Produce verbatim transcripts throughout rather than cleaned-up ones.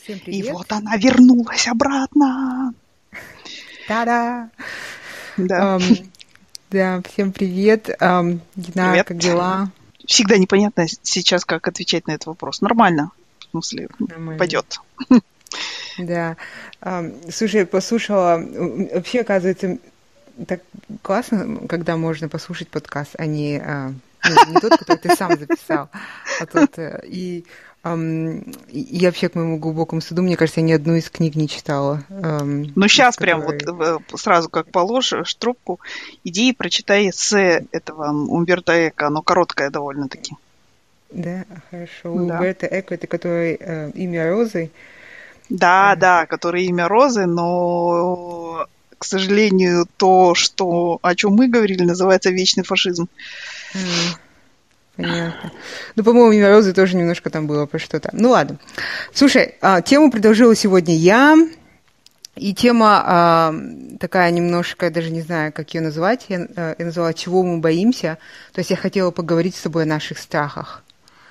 Всем И привет. вот она вернулась обратно. Та-да! Да, Ам, да, всем привет. Ам, Дина, привет. как дела? Всегда непонятно сейчас, как отвечать на этот вопрос. Нормально. В смысле, Нормально. пойдет. Да. Ам, слушай, я послушала. м, Вообще, оказывается, так классно, когда можно послушать подкаст, а не, а, ну, не тот, который ты сам записал, а тот. э, И, ам, и я вообще, к моему глубокому стыду, мне кажется, я ни одну из книг не читала, ам, Ну, из сейчас прям вот которой... э, сразу как положишь трубку, иди и прочитай эссе этого Умберто Эко. Оно короткое довольно-таки. Да, хорошо. У Да. Умберто Эко, это который э, «Имя Розы». Да, Э, да, которое имя Розы, но, к сожалению, то, что, о чем мы говорили, называется вечный фашизм. м, Понятно. Ну, по-моему, «Имя Розы» тоже немножко там было про что-то. Ну, ладно. Слушай, а, тему предложила сегодня я. И тема а, такая немножко, я даже не знаю, как ее назвать. Я, э, я назвала «Чего мы боимся?». То есть я хотела поговорить с тобой о наших страхах.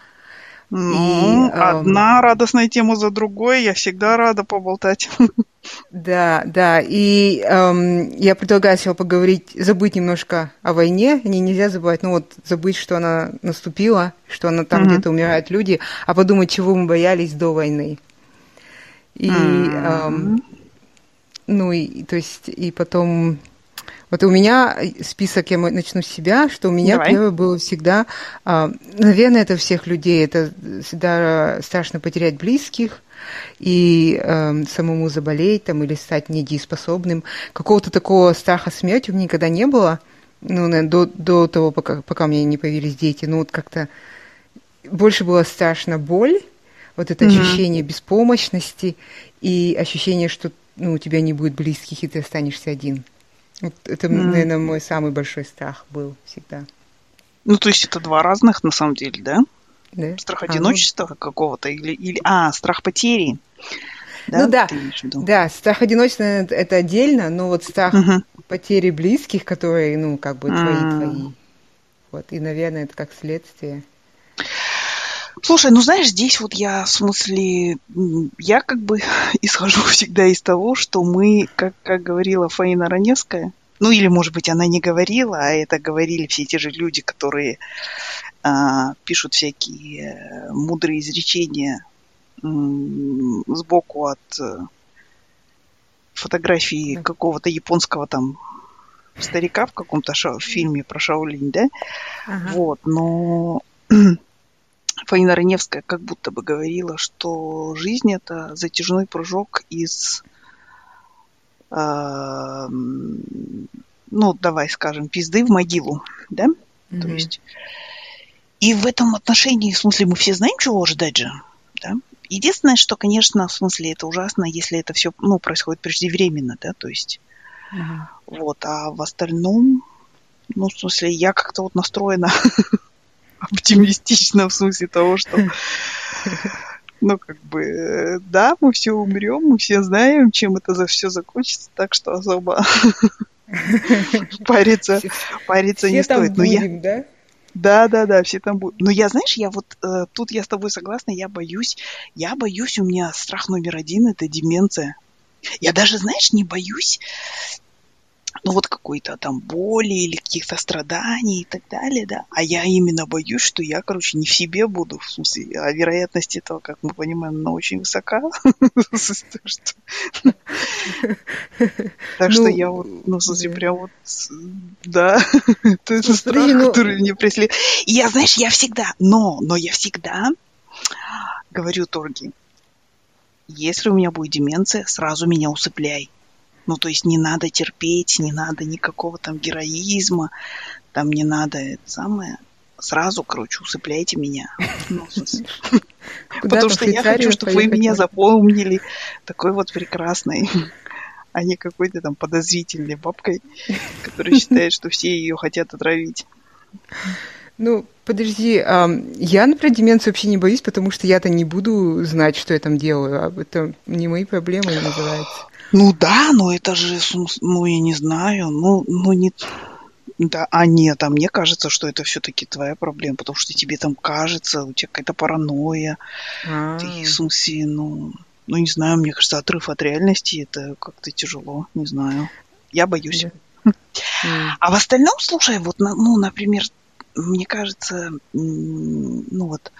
И Ну, эм, одна радостная тема за другой. Я всегда рада поболтать. да, да. И эм, я предлагаю сначала поговорить, забыть немножко о войне. Не нельзя забывать, ну вот забыть, что она наступила, что она там Мгм. где-то умирают люди, а подумать, чего мы боялись до войны. И эм, М. ну и то есть и потом вот у меня список, я мо- начну с себя, что у меня Давай. первое было всегда, а, наверное, это всех людей, это всегда страшно потерять близких и эм, самому заболеть там или стать недееспособным. Какого-то такого страха смерти у меня никогда не было, ну, наверно, до, до того, пока, пока у меня не появились дети. Ну, вот как-то больше было страшно боль, вот это Мгм. ощущение беспомощности и ощущение, что ну, у тебя не будет близких, и ты останешься один. Вот это, М. наверное, мой самый большой страх был всегда. Ну, то есть это два разных, на самом деле, да? Да? Страх А, ну, одиночества какого-то или, или... А, страх потери, ну да? да, Ты имеешь в виду? да, страх одиночества это, это отдельно, но вот страх Мгм. потери близких, которые, ну, как бы М. твои-твои. Вот, и, наверное, это как следствие. Слушай, ну знаешь, здесь вот я, в смысле, м, я как бы исхожу всегда из того, что мы, как, как говорила Фаина Раневская, ну или, может быть, она не говорила, а это говорили все те же люди, которые а, пишут всякие э, мудрые изречения м, сбоку от э, фотографии Да. какого-то японского там старика в каком-то ша- фильме про Шаолинь, да? Ага. Вот, но Фаина Раневская как будто бы говорила, что жизнь это затяжной прыжок из, а, м, ну, давай скажем, пизды в могилу, да? То Мгм. есть и в этом отношении, в смысле, мы все знаем, чего ожидать же, да? Единственное, что, конечно, в смысле, это ужасно, если это все, ну, происходит преждевременно, да, то есть, Мгм. вот, а в остальном, ну, в смысле, я как-то вот настроена оптимистично в смысле того, что, ну, как бы, э, да, мы все умрем, мы все знаем, чем это за все закончится, так что особо париться, Все, все- париться не все там стоит. Но я, будем, да? да, да, да, все там будут. Но я, знаешь, я вот э, тут я с тобой согласна, я боюсь, я боюсь, у меня страх номер один это деменция. Я даже, знаешь, не боюсь, ну вот какой-то там боли или каких-то страданий и так далее, да. А я именно боюсь, что я, короче, не в себе буду, в смысле, а вероятность этого, как мы понимаем, она очень высока. Так что так что Ну, я вот, ну, в смысле, да. прям вот, да, это Ну, подожди, страх, ну, который меня преследует. И я, знаешь, я всегда, но, но я всегда говорю Торги, если у меня будет деменция, сразу меня усыпляй. Ну, то есть не надо терпеть, не надо никакого там героизма, там не надо это самое. Сразу, короче, усыпляйте меня. Ну, в смысле, куда потому там, в что я хочу, Швейцарию чтобы вы поехать меня можно? запомнили такой вот прекрасной, а не какой-то там подозрительной бабкой, которая считает, что все ее хотят отравить. Ну, подожди, ам, я, например, деменцию вообще не боюсь, потому что я-то не буду знать, что я там делаю, а это не мои проблемы называется. Ну да, но это же, ну я не знаю, ну, ну не... Да, а нет, а мне кажется, что это все-таки твоя проблема, потому что тебе там кажется, у тебя какая-то паранойя, ты, в А, смысле, ну... ну, не знаю, мне кажется, отрыв от реальности, это как-то тяжело, не знаю. Я боюсь. Да. Mm. А в остальном, слушай, вот, ну, например, мне кажется, ну, вот,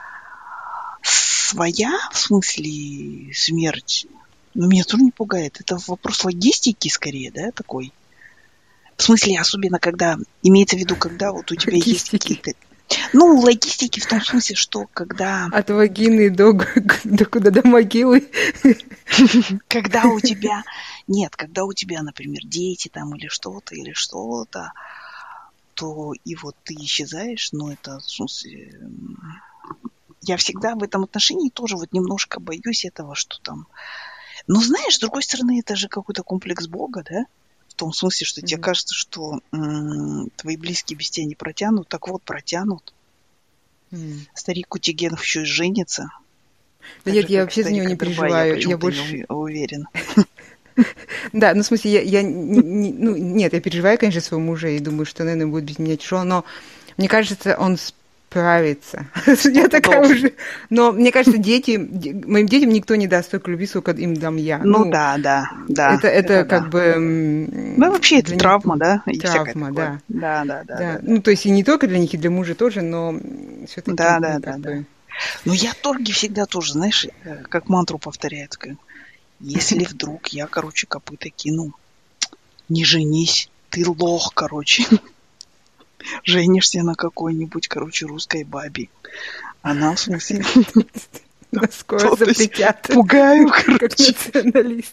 своя, в смысле, смерть, ну, меня тоже не пугает. Это вопрос логистики, скорее, да, такой. В смысле, особенно когда, имеется в виду, когда вот у тебя Логистики. есть какие-то... Ну, логистики в том смысле, что когда... От вагины до, до куда, до могилы. Когда у тебя... Нет, когда у тебя, например, дети там или что-то, или что-то, то и вот ты исчезаешь, ну, это, в смысле... Я всегда в этом отношении тоже вот немножко боюсь этого, что там... Ну, знаешь, с другой стороны, это же какой-то комплекс Бога, да? В том смысле, что mm-hmm. тебе кажется, что м- твои близкие без тебя не протянут. Так вот, протянут. Mm. Старик Кутигенов еще и женится. Да нет, я вообще за него не переживаю. Я, я больше не уверен. Да, ну, в смысле, я, я не, ну, нет, я переживаю, конечно, своего мужа и думаю, что, наверное, будет без меня тяжело, но мне кажется, он справится. Я такая уже... Но мне кажется, дети, моим детям никто не даст столько любви, сколько им дам я. Ну, ну да, да, да. Это, это, это как да. бы... Ну, вообще, это травма, да? И травма, да. Да, да, да, да. Ну, то есть и не только для них, и для мужа тоже, но все-таки... Да, да, да, да. Ну, я торги всегда тоже, знаешь, как мантру повторяю, если вдруг я, короче, копыта кину, не женись, ты лох, короче. Женишься на какой-нибудь, короче, русской бабе. Она, в смысле... Скоро запретят. Пугаю, короче. Как националист.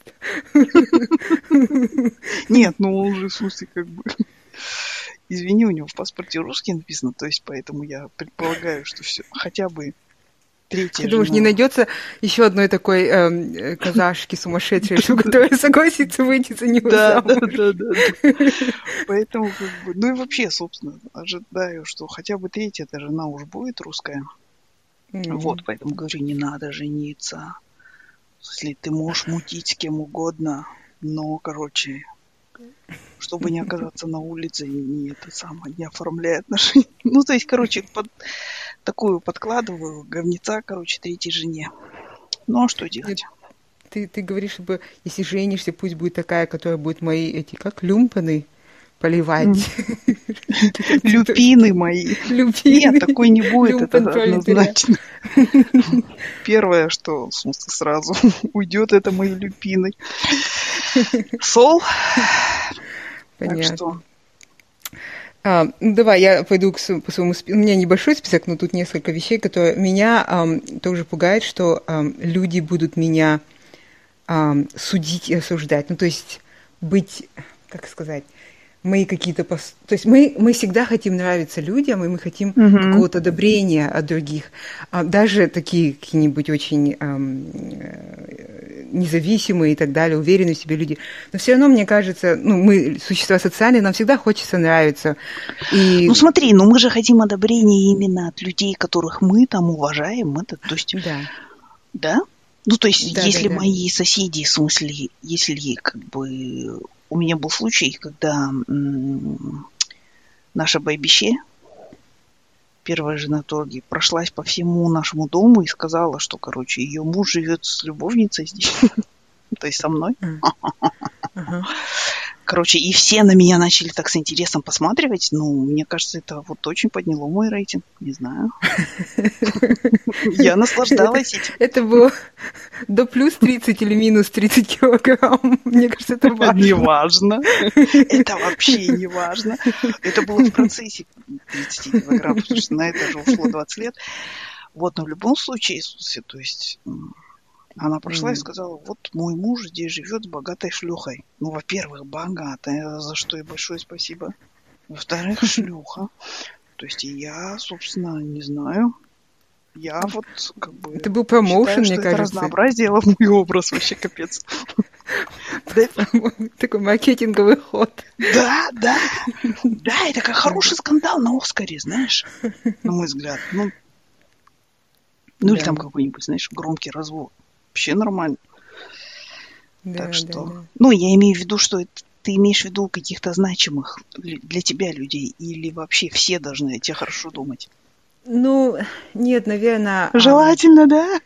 Нет, ну он же, в смысле, как бы... Извини, у него в паспорте русский написано, то есть поэтому я предполагаю, что все, хотя бы третья Ты думаешь, не найдется еще одной такой э, казашки сумасшедшей, которая согласится выйти за него да, замуж? Да, да, да, да. Поэтому, как бы, ну и вообще, собственно, ожидаю, что хотя бы третья-то жена уж будет русская. Mm-hmm. Вот, поэтому говорю, не надо жениться. Если ты можешь мутить с кем угодно, но, короче, чтобы не оказаться на улице и не это самое, не оформляя отношения. Ну, то есть, короче, под... такую подкладываю говнеца, короче, третьей жене. Ну, а что делать? Ты, ты говоришь, чтобы, если женишься, пусть будет такая, которая будет мои эти, как, люмпаны поливать. Люпины мои. Люпины. Нет, такой не будет, это однозначно. Первое, что, в смысле, сразу уйдет, это мои люпины. Сол. Понятно. А, ну, давай, я пойду к, по своему списку. У меня небольшой список, но тут несколько вещей, которые меня ам, тоже пугает, что ам, люди будут меня ам, судить и осуждать. Ну, то есть быть, как сказать, мы какие-то... Пос... То есть мы, мы всегда хотим нравиться людям, и мы хотим uh-huh. какого-то одобрения от других. А, даже такие какие-нибудь очень ам, независимые и так далее, уверенные в себе люди. Но все равно, мне кажется, ну, мы существа социальные, нам всегда хочется нравиться. И... Ну смотри, ну мы же хотим одобрения именно от людей, которых мы там уважаем. Это, то есть... Да. Да? Ну, то есть, да, если да, да. мои соседи, в смысле, если как бы... У меня был случай, когда м- наша Байбище, первая жена Торги, прошлась по всему нашему дому и сказала, что, короче, ее муж живет с любовницей здесь, то есть со мной. Короче, и все на меня начали так с интересом посматривать. Ну, мне кажется, это вот очень подняло мой рейтинг. Не знаю. Я наслаждалась этим. Это было до плюс тридцать или минус тридцать килограмм. Мне кажется, это важно. Не важно. Это вообще не важно. Это было в процессе тридцать килограмм, потому что на это же ушло двадцать лет. Вот, но в любом случае, то есть... Она прошла mm. и сказала, вот мой муж здесь живет с богатой шлюхой. Ну, во-первых, богатая, за что и большое спасибо. Во-вторых, шлюха. То есть я, собственно, не знаю. Я вот как бы... Это был промоушен, мне кажется. Это разнообразило мой образ, вообще капец. Такой маркетинговый ход. Да, да. Да, это как хороший скандал на Оскаре, знаешь, на мой взгляд. Ну, или там какой-нибудь, знаешь, громкий развод. Вообще нормально. Да, так что, да, да. Ну, я имею в виду, что это, ты имеешь в виду каких-то значимых для тебя людей, или вообще все должны о тебе хорошо думать? Ну, нет, наверное... Желательно, да?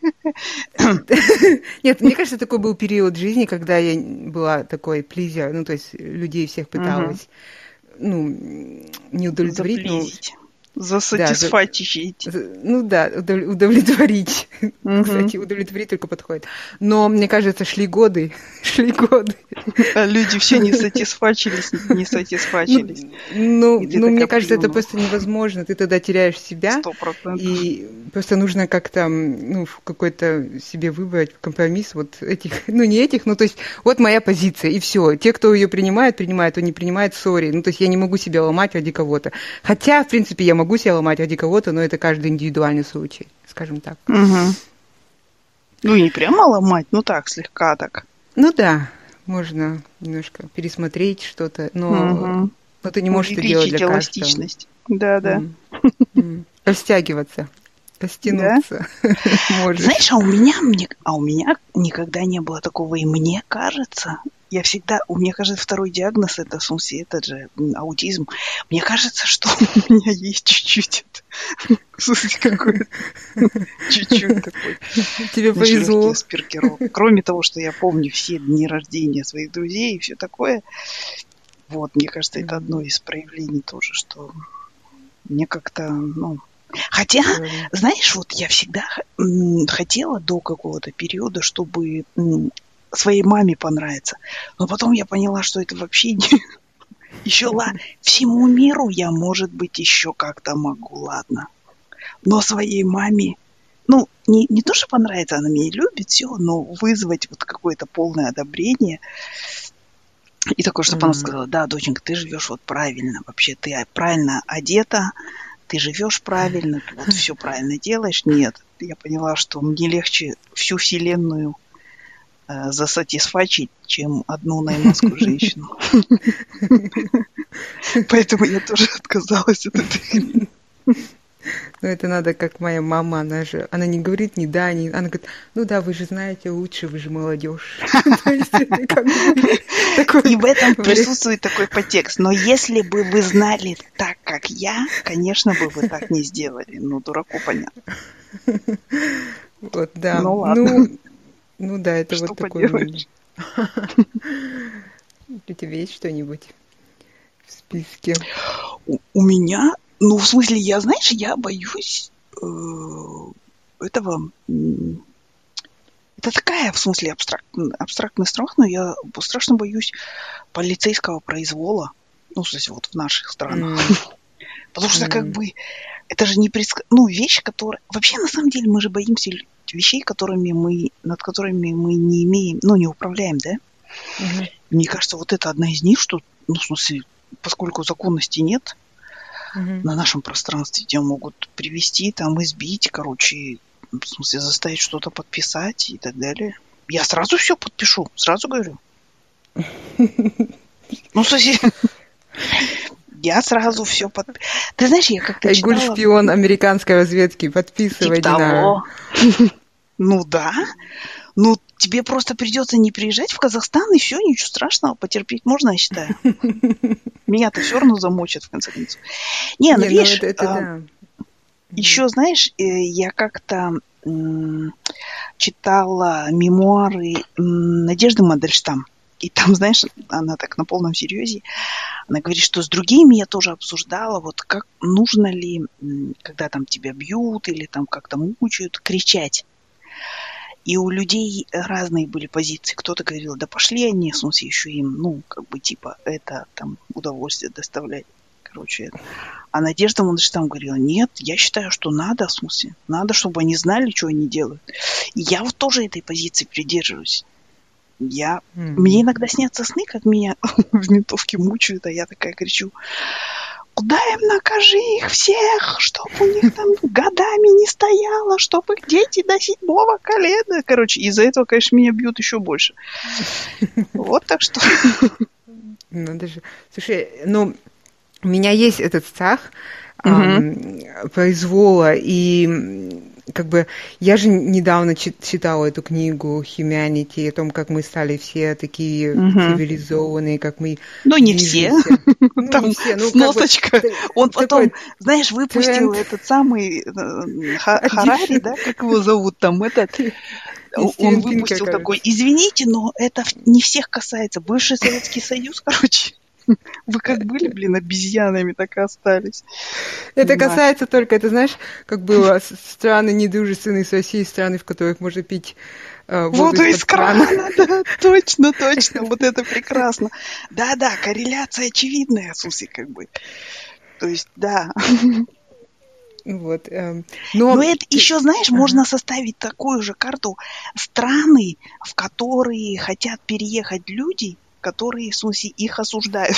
Нет, мне кажется, такой был период жизни, когда я была такой плизер, ну, то есть людей всех пыталась, ну, не удовлетворить, но... Засатисфачить. Да, ну да, удовлетворить. Uh-huh. Кстати, удовлетворить только подходит. Но, мне кажется, шли годы, шли годы. А люди все не сатисфачились, не сатисфачились. Ну, ну мне кажется, это просто невозможно. Ты тогда теряешь себя. Сто процентов. И просто нужно как-то, ну, какой-то себе выбрать компромисс вот этих, ну, не этих, ну, то есть, вот моя позиция, и все. Те, кто ее принимает, принимают, кто не принимает, сори. Ну, то есть, я не могу себя ломать ради кого-то. Хотя, в принципе, я могу себя ломать ради кого-то, но это каждый индивидуальный случай, скажем так. Угу. Ну, не прямо ломать, ну так, слегка так. Ну да, можно немножко пересмотреть что-то, но, угу. но ты не можешь это делать для эластичность. Да, да. Растягиваться, растянуться. Да? Знаешь, а у меня, мне, а у меня никогда не было такого, и мне кажется, я всегда, у меня кажется, второй диагноз, это, в смысле, это же аутизм. Мне кажется, что у меня есть чуть-чуть это, в смысле, какой-то, чуть-чуть такой. Тебе повезло. Кроме того, что я помню все дни рождения своих друзей и все такое, вот, мне кажется, это одно из проявлений тоже, что мне как-то, ну... Хотя, знаешь, вот я всегда м, хотела до какого-то периода, чтобы... М, своей маме понравится. Но потом я поняла, что это вообще не... Еще, ладно, всему миру я, может быть, еще как-то могу, ладно. Но своей маме... Ну, не, не то, что понравится, она меня любит, все, но вызвать вот какое-то полное одобрение. И такое, чтобы mm-hmm. она сказала, да, доченька, ты живешь вот правильно, вообще ты правильно одета, ты живешь правильно, ты вот все правильно делаешь. Нет, я поняла, что мне легче всю вселенную засатисфачить, чем одну найманскую женщину. Поэтому я тоже отказалась от этой. Ну, это надо, как моя мама, она же, она не говорит ни да, ни... Она говорит, ну да, вы же знаете лучше, вы же молодежь. И в этом присутствует такой подтекст. Но если бы вы знали так, как я, конечно бы вы так не сделали. Ну, дураку понятно. Вот, да. Ну, ладно. Ну да, это что вот такое. Поделаешь? У тебя есть что-нибудь в списке? У, у меня, ну, в смысле, я, знаешь, я боюсь э, этого... Это такая, в смысле, абстрактный, абстрактный страх, но я страшно боюсь полицейского произвола. Ну, в смысле, вот в наших странах. Mm. Потому что, mm. как бы, это же не предск... Ну, вещь, которая... Вообще, на самом деле, мы же боимся вещей, которыми мы, над которыми мы не имеем, ну, не управляем, да? Mm-hmm. Мне кажется, вот это одна из них, что, ну, в смысле, поскольку законности нет mm-hmm. на нашем пространстве, тебя могут привести, там, избить, короче, в смысле, заставить что-то подписать и так далее. Я сразу все подпишу, сразу говорю. Ну, соси... Я сразу все под... Ты знаешь, я как-то читала... Айгуль шпион американской разведки, подписывай, типа того. Ну да. Ну, тебе просто придется не приезжать в Казахстан, и все, ничего страшного, потерпеть можно, я считаю. Меня-то все равно замочат, в конце концов. Не, ну, видишь, еще, знаешь, я как-то читала мемуары Надежды Мандельштам. И там, знаешь, она так на полном серьезе, она говорит, что с другими я тоже обсуждала, вот как нужно ли, когда там тебя бьют или там как-то мучают, кричать. И у людей разные были позиции. Кто-то говорил, да пошли они, в смысле, еще им, ну, как бы, типа, это там удовольствие доставлять. Короче, а Надежда Мандельштам говорила, нет, я считаю, что надо, в смысле, надо, чтобы они знали, что они делают. И я вот тоже этой позиции придерживаюсь. Я... Mm-hmm. Мне иногда снятся сны, как меня в ментовке мучают, а я такая кричу, куда им накажи их всех, чтобы у них там годами не стояло, чтобы их дети до седьмого колена. Короче, из-за этого, конечно, меня бьют еще больше. Вот так что... Ну, даже... Слушай, ну, у меня есть этот страх mm-hmm. произвола, и как бы, я же недавно читала эту книгу «Humanity», о том, как мы стали все такие угу. цивилизованные, как мы Ну, не движемся. все. Ну, там не все. Ну, сносочка. Как бы, Он потом, знаешь, выпустил тренд. Этот самый Харари, да, как его зовут там, этот... Он выпустил Пинка, такой, извините, но это не всех касается. Бывший Советский Союз, короче. Вы как были, блин, обезьянами, так и остались. Это касается только, это знаешь, как было страны недружественные с Россией, страны, в которых можно пить э, воду, воду из крана. Да, точно, точно, вот это прекрасно. Да-да, корреляция очевидная, Суси, как бы. То есть, да. Вот, э, но... но это еще, знаешь, ага. можно составить такую же карту страны, в которые хотят переехать люди, которые, в смысле, их осуждают.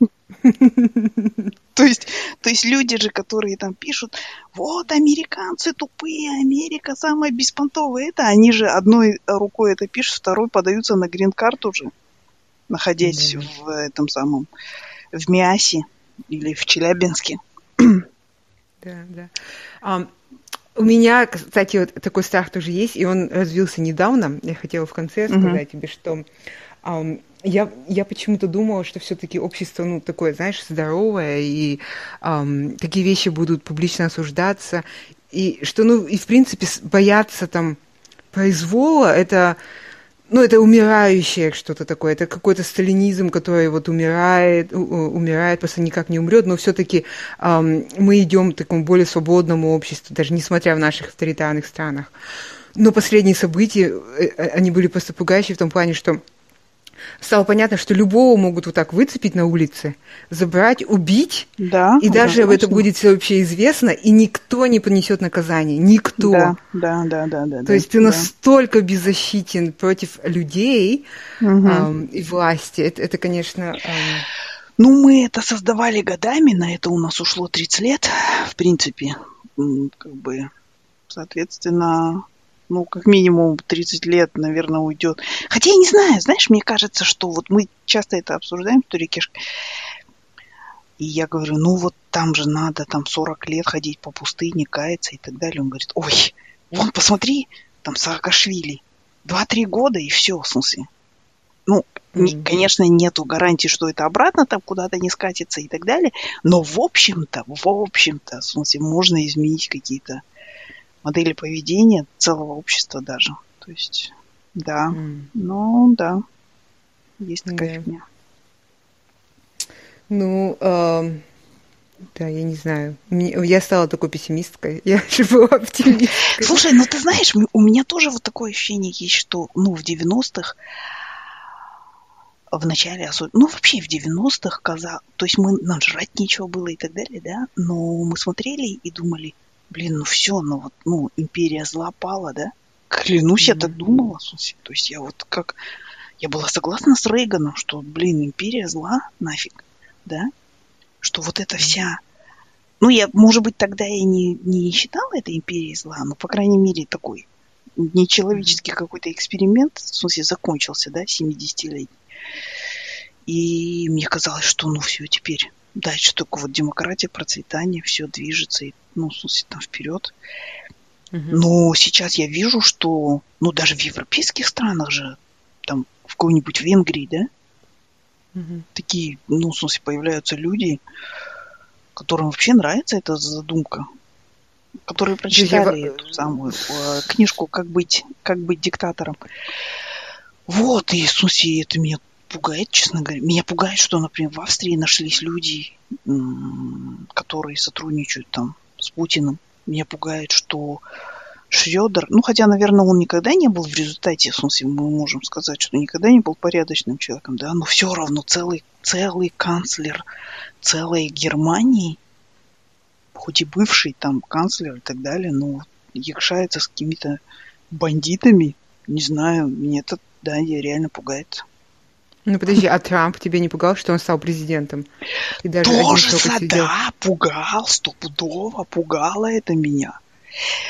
то, есть, то есть люди же, которые там пишут, вот, американцы тупые, Америка самая беспонтовая, это они же одной рукой это пишут, второй подаются на грин-карту уже, находясь mm-hmm. в этом самом, в Миасе или в Челябинске. Да, да. Um, у меня, кстати, вот такой страх тоже есть, и он развился недавно. Я хотела в конце сказать mm-hmm. тебе, что um, я, я почему-то думала, что все-таки общество, ну, такое, знаешь, здоровое, и um, такие вещи будут публично осуждаться, и что, ну, и в принципе бояться там произвола, это... Ну, это умирающее что-то такое, это какой-то сталинизм, который вот умирает, умирает, просто никак не умрет, но все-таки эм, мы идем к такому более свободному обществу, даже несмотря в наших авторитарных странах. Но последние события, они были просто пугающие в том плане, что стало понятно, что любого могут вот так выцепить на улице, забрать, убить, да, и даже об этом будет всеобщее известно, и никто не понесет наказание, никто. Да, да, да, да, да. То есть ты да. настолько беззащитен против людей угу. эм, и власти. Это, это конечно... Эм... Ну, мы это создавали годами, на это у нас ушло тридцать лет, в принципе, как бы, соответственно... Ну, как минимум тридцать лет, наверное, уйдет. Хотя я не знаю, знаешь, мне кажется, что вот мы часто это обсуждаем в Турикеш. И я говорю, ну вот там же надо там сорок лет ходить по пустыне, каяться и так далее. Он говорит, ой, вон посмотри, там Саакашвили. Два-три года и все, в смысле. Ну, mm-hmm. конечно, нету гарантии, что это обратно там куда-то не скатится и так далее. Но в общем-то, в общем-то, в смысле, можно изменить какие-то модели поведения целого общества даже. То есть, да. Mm. Ну, да. Есть такая yeah. фигня. Ну, э, да, я не знаю. Я стала такой пессимисткой. Я же была оптимисткой. Слушай, ну ты знаешь, у меня тоже вот такое ощущение есть, что, ну, в девяностых, в начале особенно, ну, вообще в девяностых, казалось, то есть мы, нам жрать нечего было и так далее, да, но мы смотрели и думали, блин, ну все, ну вот, ну, империя зла пала, да? Клянусь, mm-hmm. я так думала, в смысле. То есть я вот как... Я была согласна с Рейганом, что, блин, империя зла, нафиг, да? Что вот эта вся... Ну, я, может быть, тогда я не, не считала это империей зла, но, по крайней мере, такой нечеловеческий mm-hmm. какой-то эксперимент, в смысле, закончился, да, семидесятилетний. И мне казалось, что, ну, все, теперь... Дальше только вот демократия, процветание, все движется, и, ну, в смысле, там вперед. Uh-huh. Но сейчас я вижу, что, ну, даже в европейских странах же, там, в какой-нибудь Венгрии, да, uh-huh. такие, ну, в смысле, появляются люди, которым вообще нравится эта задумка, которые прочитали я... эту самую э, книжку «Как быть, как быть диктатором». Вот, и, в смысле, это меня пугает, честно говоря. Меня пугает, что, например, в Австрии нашлись люди, которые сотрудничают там с Путиным. Меня пугает, что Шрёдер, ну, хотя, наверное, он никогда не был в результате, в смысле, мы можем сказать, что никогда не был порядочным человеком, да, но все равно целый, целый канцлер целой Германии, хоть и бывший там канцлер и так далее, но якшается с какими-то бандитами, не знаю, мне это, да, реально пугает. Ну, подожди, а Трамп тебя не пугал, что он стал президентом? И даже тоже, да, пугал, стопудово, пугало это меня.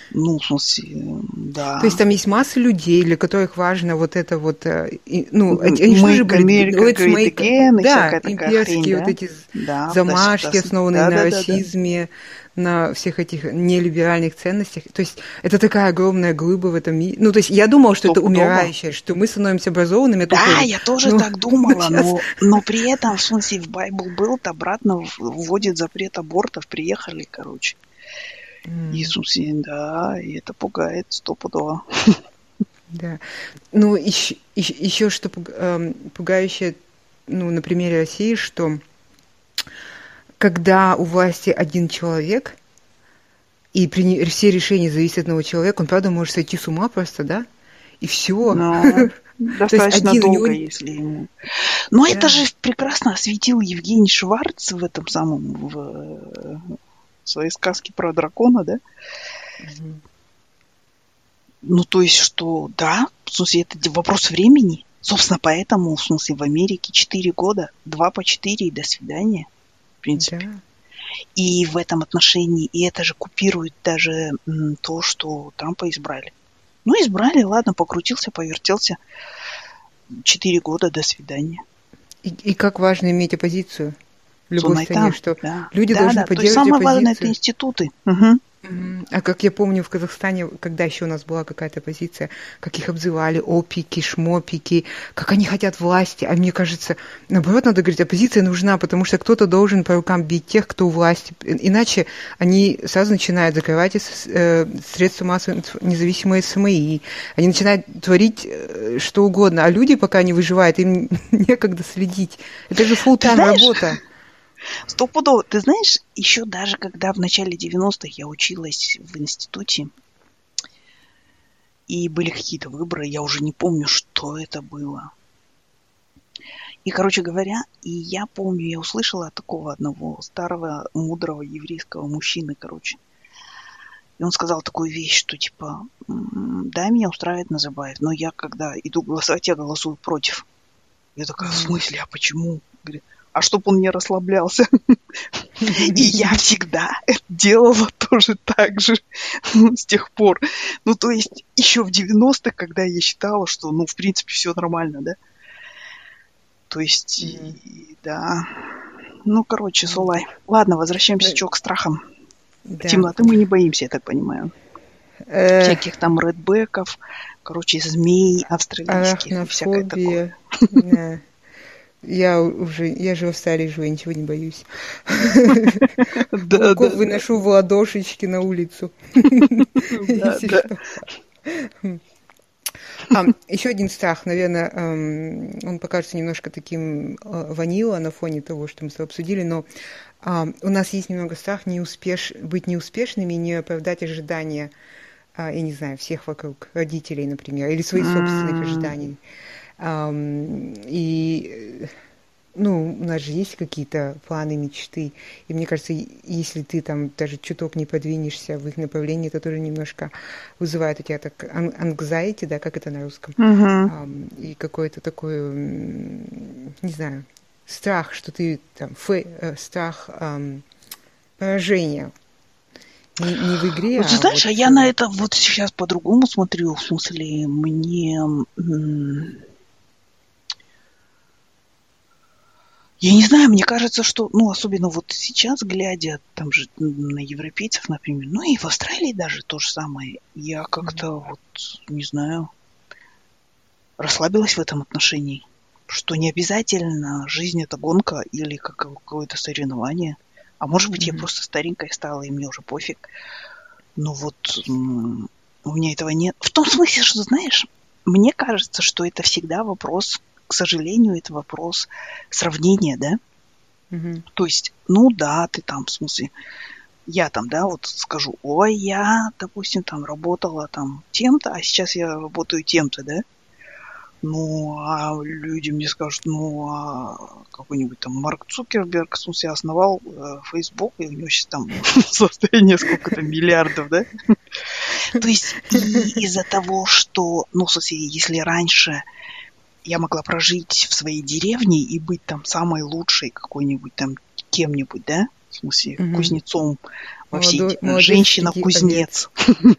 Ну, в смысле, да. То есть там есть масса людей, для которых важно вот это вот, ну, они же Make тоже были, America let's Great make, Again и да, всякая такая хрень, имперские да? вот эти Да, замашки, да, основанные да, на да, да, да. расизме, на всех этих нелиберальных ценностях. То есть это такая огромная глыба в этом мире. Ну, то есть я думала, что это умирающее, что мы становимся образованными, это да, уходит. я тоже ну, так думала, сейчас... но, но при этом, в смысле, в Bible Belt обратно вводит запрет абортов, приехали, короче. Mm. Иисус, да, и это пугает стопудово. Да. Ну, еще, еще что пугающее, ну, на примере России, что когда у власти один человек, и при, все решения зависят от одного человека, он, правда, может сойти с ума просто, да? И все. No, достаточно один, долго, него... если ему... Но да. Это же прекрасно осветил Евгений Шварц в этом самом, в, в своей сказке про дракона, да? Mm-hmm. Ну, то есть, что, да, в смысле, это вопрос времени. Собственно, поэтому, в смысле, в Америке четыре года, два по четыре и до свидания, в принципе. Да. И в этом отношении, и это же купирует даже м, то, что Трампа избрали. Ну, избрали, ладно, покрутился, повертелся. Четыре года, до свидания. И, и как важно иметь оппозицию в любой Сунайтан, стране, что да. люди да, должны да. поддерживать самое оппозицию. Самое главное, это институты. Угу. А как я помню в Казахстане, когда еще у нас была какая-то позиция, как их обзывали, опики, шмопики, как они хотят власти. А мне кажется, наоборот, надо говорить, оппозиция нужна, потому что кто-то должен по рукам бить тех, кто у власти. Иначе они сразу начинают закрывать средства массовой независимые СМИ, они начинают творить что угодно, а люди, пока не выживают, им некогда следить. Это же фулл-тайм работа. Стопудово. Ты знаешь, еще даже когда в начале девяностых я училась в институте, и были какие-то выборы, я уже не помню, что это было. И, короче говоря, и я помню, я услышала от такого одного старого, мудрого еврейского мужчины, короче. И он сказал такую вещь, что типа, да, меня устраивает Назарбаев, но я, когда иду голосовать, я голосую против. Я такая, в смысле, а почему? Говорит, а чтоб он не расслаблялся. И я всегда делала тоже так же с тех пор. Ну, то есть, еще в девяностых, когда я считала, что, ну, в принципе, все нормально, да? То есть, и, да. Ну, короче, Солай. Ладно, возвращаемся чё к страхам. Да. Темноты мы не боимся, я так понимаю. Э... Всяких там редбеков, короче, змей австралийских и всякое такое. Да. Я уже, я же в Австралии живу, я ничего не боюсь. Пауков выношу в ладошечки на улицу. Еще один страх, наверное, он покажется немножко таким ванила на фоне того, что мы с тобой обсудили, но у нас есть немного страх не успеш... быть неуспешными и не оправдать ожидания, я не знаю, всех вокруг, родителей, например, или своих собственных ожиданий. Um, и, ну, у нас же есть какие-то планы, мечты, и мне кажется, если ты там даже чуток не подвинешься в их направлении, это тоже немножко вызывает у тебя так anxiety, да, как это на русском, uh-huh. um, и какой-то такой, не знаю, страх, что ты там, фэ, страх um, поражения. Не, не в игре, вот, а ты знаешь, вот... а я на это вот сейчас по-другому смотрю, в смысле, мне... М- Я не знаю, мне кажется, что, ну, особенно вот сейчас, глядя там же на европейцев, например, ну и в Австралии даже то же самое, я как-то mm-hmm. вот, не знаю, расслабилась в этом отношении, что не обязательно жизнь это гонка или какое-то соревнование, а может быть, mm-hmm. я просто старенькая стала, и мне уже пофиг, но вот м- у меня этого нет. В том смысле, что, знаешь, мне кажется, что это всегда вопрос... К сожалению, это вопрос сравнения, да? Mm-hmm. То есть, ну да, ты там, в смысле, я там, да, вот скажу, ой, я, допустим, там работала там тем-то, а сейчас я работаю тем-то, да? Ну, а люди мне скажут, ну, а какой-нибудь там Марк Цукерберг, в смысле, основал э, Facebook, и у него сейчас там состояние сколько-то миллиардов, да? То есть, и из-за того, что, ну, в смысле, если раньше... я могла прожить в своей деревне и быть там самой лучшей какой-нибудь там кем-нибудь, да, в смысле, mm-hmm. кузнецом во всей женщина-кузнец,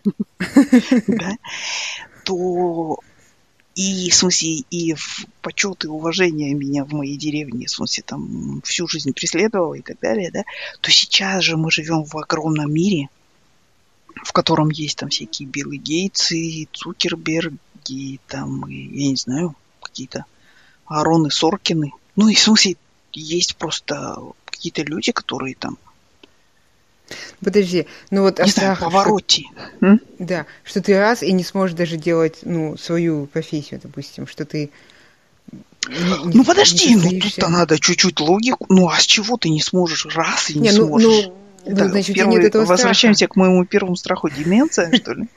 то и, в смысле, и в почет и уважение меня в моей деревне, в смысле, там, всю жизнь преследовало и так далее, да, то сейчас же мы живем в огромном мире, в котором есть там всякие Билл Гейтсы, Цукерберги, там, и, я не знаю, какие-то Ароны Соркины. Ну, и, в смысле, есть просто какие-то люди, которые там... Подожди, ну вот... Не знаю, повороте. Что, да, что ты раз и не сможешь даже делать, ну, свою профессию, допустим, что ты... Не, ну, подожди, ну, тут-то надо чуть-чуть логику. Ну, а с чего ты не сможешь раз и не, не ну, сможешь? Ну, да, ну, значит, первый, нет этого возвращаемся страха. к моему первому страху. Деменция, что ли?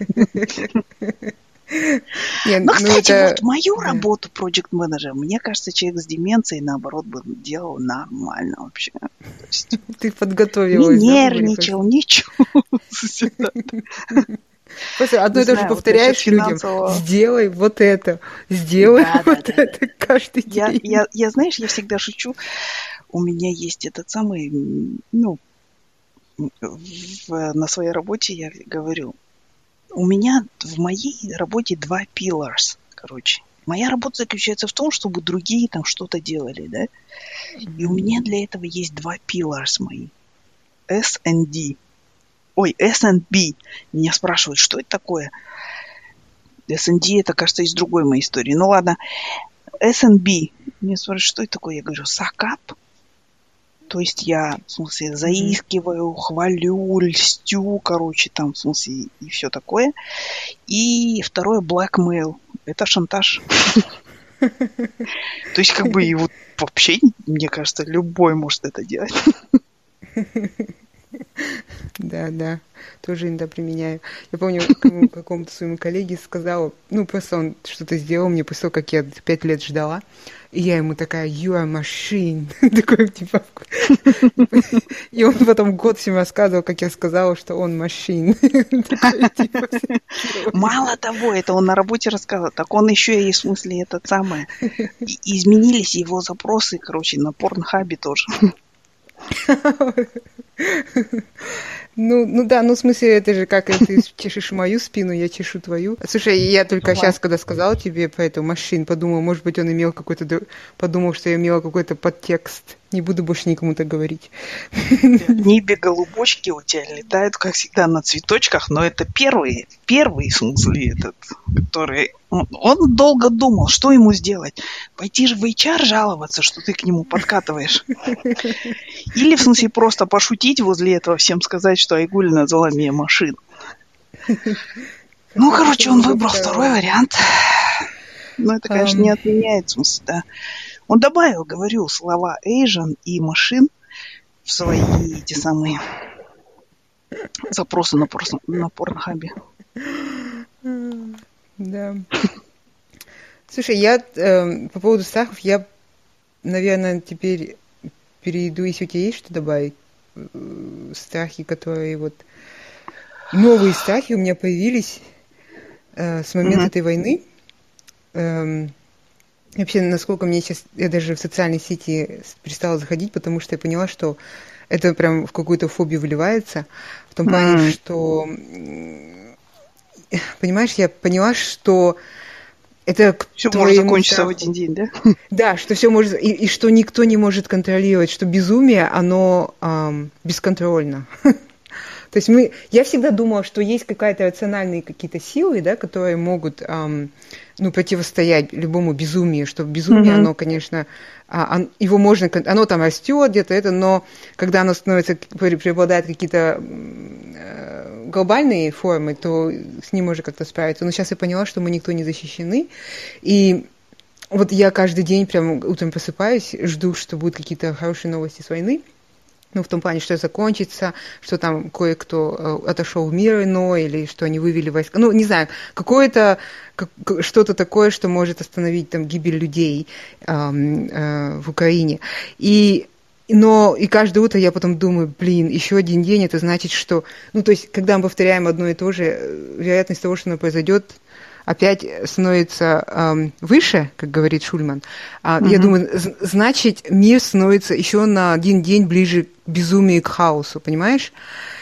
Нет, ну, кстати, это... вот мою да. работу проект-менеджера, мне кажется, человек с деменцией, наоборот, бы делал нормально вообще. То есть, ты подготовилась. Не нервничал, да, ничего. Просто одно и то же повторяешь людям. Сделай вот это, сделай да, вот да, это да. каждый я, день. Я, я, знаешь, я всегда шучу. У меня есть этот самый, ну, в, на своей работе я говорю, у меня в моей работе два pillars, короче. Моя работа заключается в том, чтобы другие там что-то делали, да? И у меня для этого есть два pillars мои. эс энд ди. Ой, эс энд би. Меня спрашивают, что это такое? эс энд ди это, кажется, из другой моей истории. Ну ладно. эс энд би. Меня спрашивают, что это такое? Я говорю, suck up. То есть я, в смысле, заискиваю, хвалю, льстю, короче, там, в смысле, и все такое. И второе, blackmail. Это шантаж. То есть, как бы, и вот вообще, мне кажется, любой может это делать. Да, да, тоже иногда применяю. Я помню, какому-то своему коллеге сказала, ну, просто он что-то сделал мне после того, как я пять лет ждала, и я ему такая, you are machine. Такой, типа, и он потом год всем рассказывал, как я сказала, что он machine. Мало того, это он на работе рассказывал, так он еще и, в смысле, это самое, изменились его запросы, короче, на Порнхабе тоже. Ну, ну да, ну в смысле, это же как ты чешешь мою спину, я чешу твою. Слушай, я только Давай. сейчас, когда сказала тебе про эту машину, подумала, может быть, он имел какой-то, подумал, что я имела какой-то подтекст. Не буду больше никому так говорить. В небе голубочки у тебя летают, как всегда, на цветочках, но это первый, первый в смысле этот, который... Он, он долго думал, что ему сделать. Пойти же в эйч ар жаловаться, что ты к нему подкатываешь. Или, в смысле, просто пошутить возле этого, всем сказать, что Айгуль назвала меня машину. Ну, короче, он выбрал второй вариант. Но это, конечно, не отменяет, в смысле, да. Он добавил, говорю, слова Asian и машин в свои эти самые запросы на, порно, на Порнхабе. Да. Слушай, я э, по поводу страхов, я, наверное, теперь перейду, если у тебя есть что добавить, э, страхи, которые вот... Новые страхи у меня появились э, с момента mm-hmm. этой войны. Э, Вообще, насколько мне сейчас, я даже в социальные сети перестала заходить, потому что я поняла, что это прям в какую-то фобию выливается, в том плане, mm-hmm. что, понимаешь, я поняла, что это все может закончиться страху. В один день, да? Да, что все может, и, и что никто не может контролировать, что безумие, оно эм, бесконтрольно. То есть мы, я всегда думала, что есть какая-то рациональные какие-то силы, да, которые могут эм, ну, противостоять любому безумию, что безумие, mm-hmm. оно, конечно, а, его можно, оно там растет где-то, это, но когда оно становится, преобладает какие-то э, глобальные формы, то с ним можно как-то справиться. Но сейчас я поняла, что мы никто не защищены, и вот я каждый день прям утром просыпаюсь, жду, что будут какие-то хорошие новости с войны. Ну, в том плане, что закончится, что там кое-кто отошел в мир иной, или что они вывели войска. Ну, не знаю, какое-то, как, что-то такое, что может остановить там гибель людей э, э, в Украине. И, но и каждое утро я потом думаю, блин, еще один день, это значит, что... Ну, то есть, когда мы повторяем одно и то же, вероятность того, что оно произойдет, опять становится эм, выше, как говорит Шульман. А, uh-huh. Я думаю, значит, мир становится еще на один день ближе к безумию и к хаосу, понимаешь?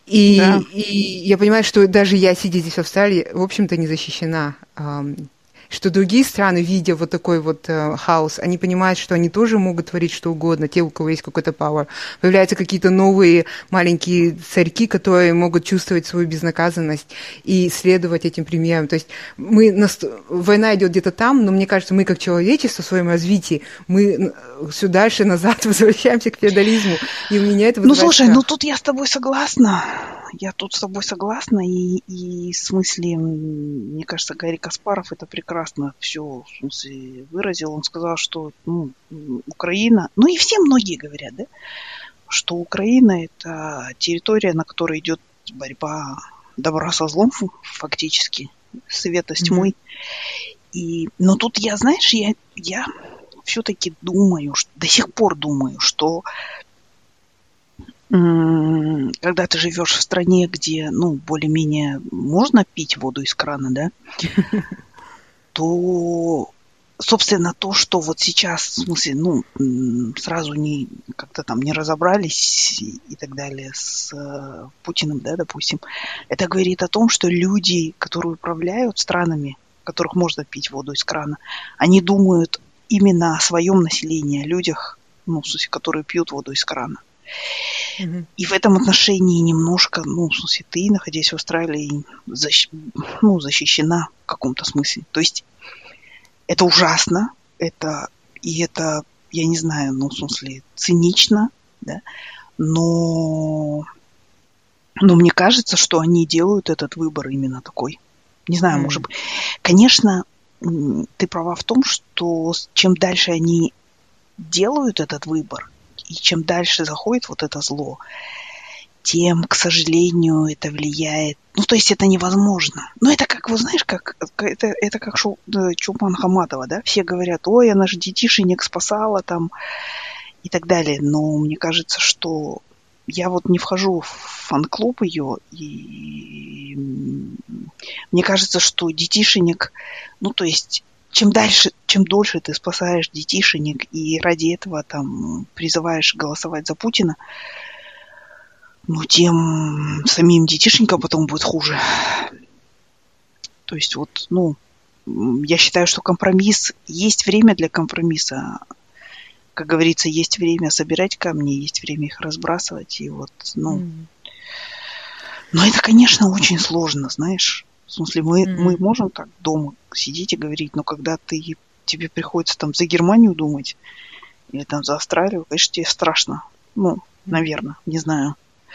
И, Да. и я понимаю, что даже я, сидя здесь в Австралии, в общем-то, не защищена. Что другие страны, видя вот такой вот э, хаос, они понимают, что они тоже могут творить что угодно, те, у кого есть какой-то power. Появляются какие-то новые маленькие царьки, которые могут чувствовать свою безнаказанность и следовать этим примерам. То есть мы, нас, война идет где-то там, но мне кажется, мы как человечество в своем развитии, мы все дальше назад возвращаемся к феодализму, и у меня это вызывает Ну, слушай, страх. ну тут я с тобой согласна. Я тут с тобой согласна, и, и в смысле, мне кажется, Гарри Каспаров это прекрасно все в смысле выразил. Он сказал, что ну, Украина, ну и все многие говорят, да, что Украина это территория, на которой идет борьба добра со злом фактически, света с тьмой. Mm-hmm. И, но тут я, знаешь, я, я все-таки думаю, что, до сих пор думаю, что когда ты живешь в стране, где, ну, более-менее можно пить воду из крана, да, то, собственно, то, что вот сейчас, в смысле, ну, сразу не как-то там не разобрались и так далее с э, Путиным, да, допустим, это говорит о том, что люди, которые управляют странами, в которых можно пить воду из крана, они думают именно о своем населении, о людях, ну, в смысле, которые пьют воду из крана. И в этом отношении немножко, ну, в смысле, ты, находясь в Австралии, защ... ну, защищена в каком-то смысле. То есть это ужасно, это, и это, я не знаю, ну, в смысле, цинично, да, но, но мне кажется, что они делают этот выбор именно такой. Не знаю, mm. может быть. Конечно, ты права в том, что чем дальше они делают этот выбор, и чем дальше заходит вот это зло, тем, к сожалению, это влияет. Ну, то есть это невозможно. Ну, это как, вот знаешь, как это, это как шоу Чулпан Хаматова, да? Все говорят, ой, она же детишенек спасала там и так далее. Но мне кажется, что я вот не вхожу в фан-клуб ее, и мне кажется, что детишенек, ну, то есть чем дальше, чем дольше ты спасаешь детишенек и ради этого там призываешь голосовать за Путина, ну, тем самим детишенькам потом будет хуже. То есть вот, ну, я считаю, что компромисс, есть время для компромисса. Как говорится, есть время собирать камни, есть время их разбрасывать. И вот, ну... Mm. Но это, конечно, очень сложно, знаешь. В смысле, мы, mm-hmm. мы можем так дома сидеть и говорить, но когда ты, тебе приходится там за Германию думать или там за Австралию, конечно, тебе страшно. Ну, наверное, не знаю.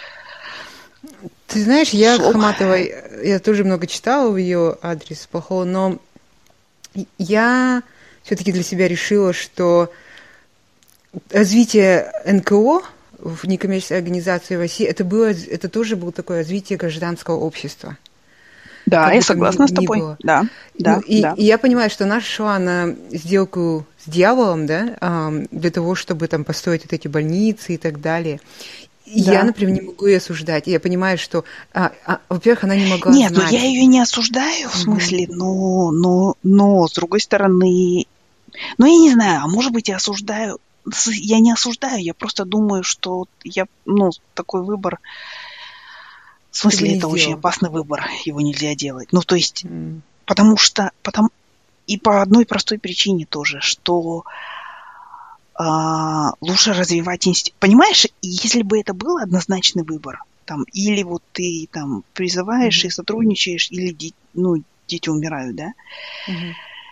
Ты знаешь, я Шок. Хаматовой, я тоже много читала в ее адрес плохого, но я все-таки для себя решила, что развитие эн ка о в некоммерческой организации в России, это, было, это тоже было такое развитие гражданского общества. Да, я согласна с тобой. Было. Да, да, ну, и, да. и я понимаю, что она шла на сделку с дьяволом, да, для того, чтобы там построить вот эти больницы и так далее. И да. Я, например, не могу ее осуждать. И я понимаю, что, а, а, во-первых, она не могла Нет, знать. Нет, ну я ее не осуждаю, в смысле, mm-hmm. но, но, но, с другой стороны, ну, я не знаю, а может быть, я осуждаю. Я не осуждаю, я просто думаю, что я, ну, такой выбор, в смысле, это очень опасный выбор, его нельзя делать. Ну, то есть, mm. потому что, потому, и по одной простой причине тоже, что а, лучше развивать институт. Понимаешь, если бы это был однозначный выбор, там, или вот ты там призываешь mm-hmm. и сотрудничаешь, или ди, ну, дети умирают, да? Mm-hmm.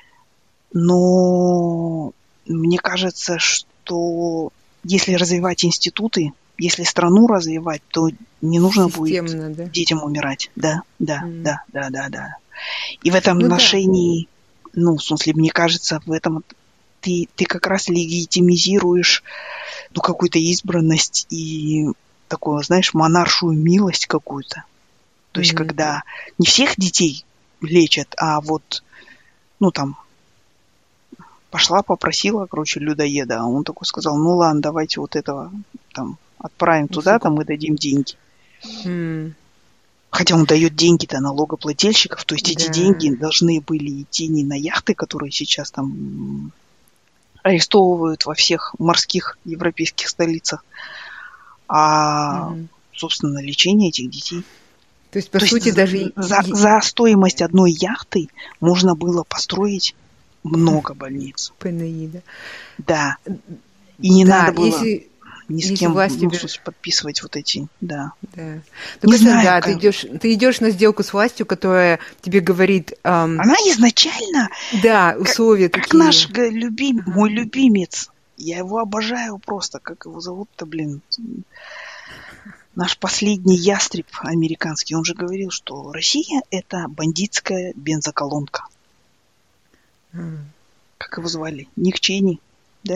Но мне кажется, что что если развивать институты, если страну развивать, то не нужно Системно, будет да? детям умирать. Да, да, mm. да, да, да, да. И в этом ну, отношении, да. ну, в смысле, мне кажется, в этом ты, ты как раз легитимизируешь ну, какую-то избранность и такую, знаешь, монаршую милость какую-то. То mm-hmm. есть, когда не всех детей лечат, а вот, ну, там, пошла, попросила, короче, людоеда, а он такой сказал, ну ладно, давайте вот этого там отправим ну, туда, там мы дадим деньги. Mm. Хотя он дает деньги-то налогоплательщиков, то есть да. эти деньги должны были идти не на яхты, которые сейчас там арестовывают во всех морских европейских столицах, а mm. собственно, лечение этих детей. То есть, по То сути, есть даже... за, за стоимость одной яхты можно было построить много больниц. ПНИ, да. Да. И не да, надо было если, ни с если кем власти... ну, подписывать вот эти, да. Да. Не Только знаю, да, как... ты идешь, ты идешь на сделку с властью, которая тебе говорит... Эм... Она изначально... Да, условия как, такие. Как наш любим, мой любимец. Я его обожаю просто. Как его зовут-то, блин? Наш последний ястреб американский. Он же говорил, что Россия – это бандитская бензоколонка. Mm. Как его звали? Ник Чейни, да?